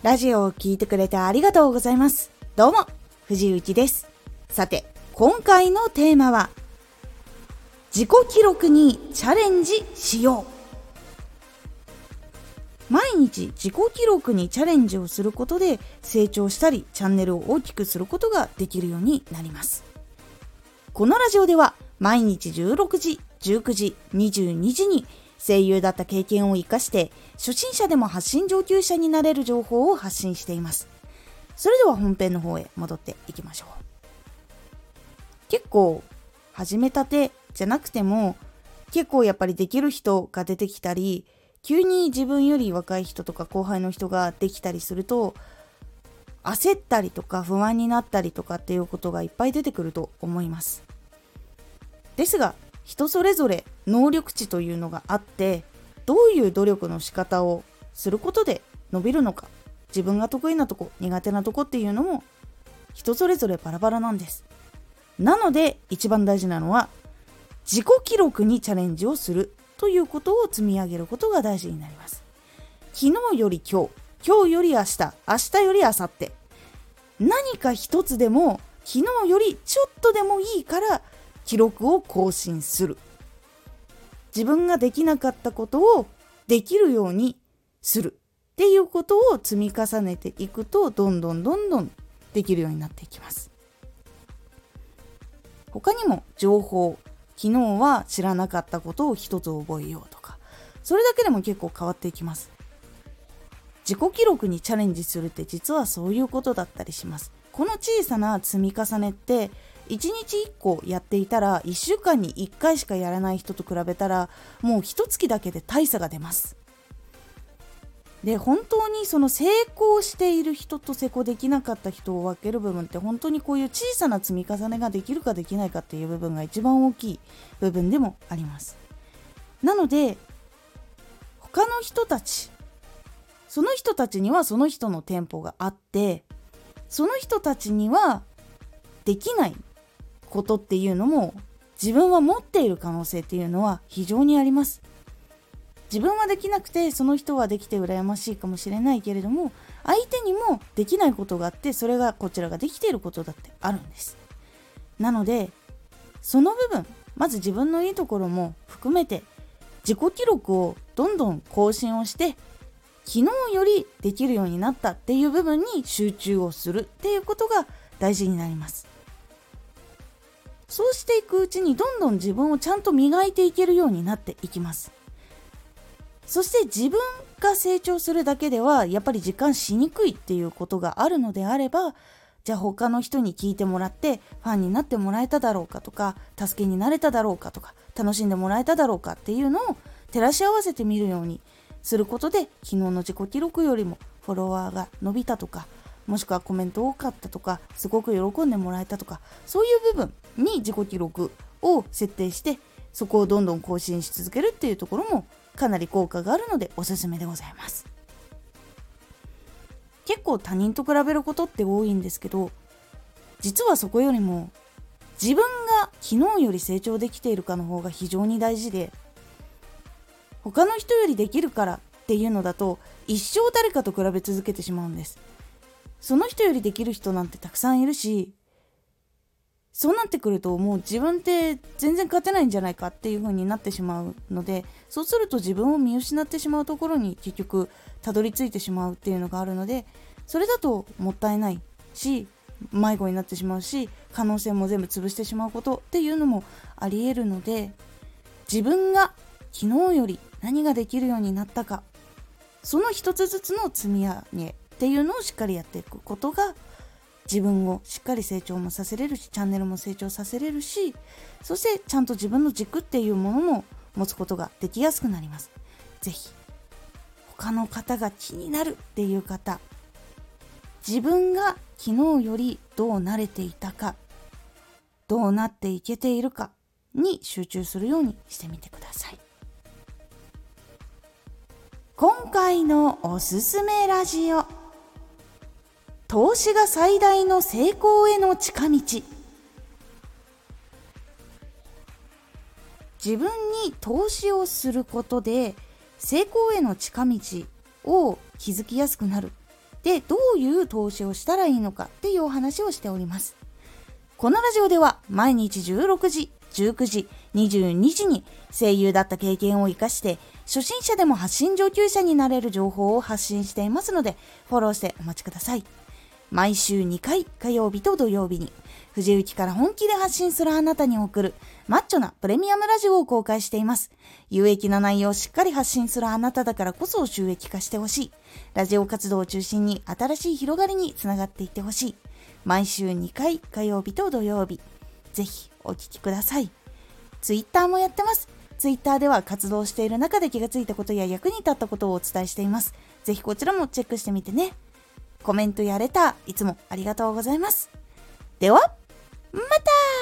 ラジオを聞いてくれてありがとうございます。どうも、藤内です。さて、今回のテーマは、自己記録にチャレンジしよう。毎日自己記録にチャレンジをすることで成長したり、チャンネルを大きくすることができるようになります。このラジオでは、毎日16時、19時、22時に声優だった経験を生かして初心者でも発信上級者になれる情報を発信しています。それでは本編の方へ戻っていきましょう。結構始めたてじゃなくても結構やっぱりできる人が出てきたり、急に自分より若い人とか後輩の人ができたりすると焦ったりとか不安になったりとかっていうことがいっぱい出てくると思います。ですが人それぞれ能力値というのがあって、どういう努力の仕方をすることで伸びるのか、自分が得意なとこ苦手なとこっていうのも人それぞれバラバラなんです。なので一番大事なのは自己記録にチャレンジをするということを積み上げることが大事になります。昨日より今日、今日より明日、明日より明後日、何か一つでも昨日よりちょっとでもいいから記録を更新する。自分ができなかったことをできるようにするっていうことを積み重ねていくと、どんどんできるようになっていきます。他にも情報、昨日は知らなかったことを一つ覚えようとか、それだけでも結構変わっていきます。自己記録にチャレンジするって実はそういうことだったりします。この小さな積み重ねって1日1個やっていたら1週間に1回しかやらない人と比べたらもう1月だけで大差が出ます。で、本当にその成功している人と成功できなかった人を分ける部分って、本当にこういう小さな積み重ねができるかできないかっていう部分が一番大きい部分でもあります。なので他の人たち、その人たちにはその人のテンポがあって、その人たちにはできないことっていうのも自分は持っている可能性っていうのは非常にあります。自分はできなくてその人はできて羨ましいかもしれないけれども、相手にもできないことがあって、それがこちらができていることだってあるんです。なのでその部分、まず自分のいいところも含めて自己記録をどんどん更新をして、昨日よりできるようになったっていう部分に集中をするっていうことが大事になります。そうしていくうちにどんどん自分をちゃんと磨いていけるようになっていきます。そして自分が成長するだけではやっぱり実感しにくいっていうことがあるのであれば、じゃあ他の人に聞いてもらってファンになってもらえただろうかとか、助けになれただろうかとか、楽しんでもらえただろうかっていうのを照らし合わせてみるようにすることで、昨日の自己記録よりもフォロワーが伸びたとか、もしくはコメント多かったとか、すごく喜んでもらえたとか、そういう部分に自己記録を設定してそこをどんどん更新し続けるっていうところもかなり効果があるのでおすすめでございます。結構他人と比べることって多いんですけど、実はそこよりも自分が昨日より成長できているかの方が非常に大事で、他の人よりできるからっていうのだと一生誰かと比べ続けてしまうんです。その人よりできる人なんてたくさんいるし、そうなってくるともう自分って全然勝てないんじゃないかっていう風になってしまうので、そうすると自分を見失ってしまうところに結局たどり着いてしまうっていうのがあるので、それだともったいないし、迷子になってしまうし、可能性も全部潰してしまうことっていうのもあり得るので、自分が昨日より何ができるようになったか、その一つずつの積み上げっていうのをしっかりやっていくことが、自分をしっかり成長もさせれるし、チャンネルも成長させれるし、そしてちゃんと自分の軸っていうものも持つことができやすくなります。ぜひ他の方が気になるっていう方、自分が昨日よりどう慣れていたか、どうなっていけているかに集中するようにしてみてください。今回のおすすめラジオ、投資が最大の成功への近道。自分に投資をすることで成功への近道を築きやすくなる。 でどういう投資をしたらいいのかっていうお話をしております。このラジオでは毎日16時、19時、22時に声優だった経験を生かして初心者でも発信上級者になれる情報を発信していますので、フォローしてお待ちください。毎週2回、火曜日と土曜日に藤雪から本気で発信するあなたに送るマッチョなプレミアムラジオを公開しています。有益な内容をしっかり発信するあなただからこそ収益化してほしい。ラジオ活動を中心に新しい広がりにつながっていってほしい。毎週2回、火曜日と土曜日、ぜひお聞きください。ツイッターもやってます。ツイッターでは活動している中で気がついたことや役に立ったことをお伝えしています。ぜひこちらもチェックしてみてね。コメントやレターいつもありがとうございます。ではまた。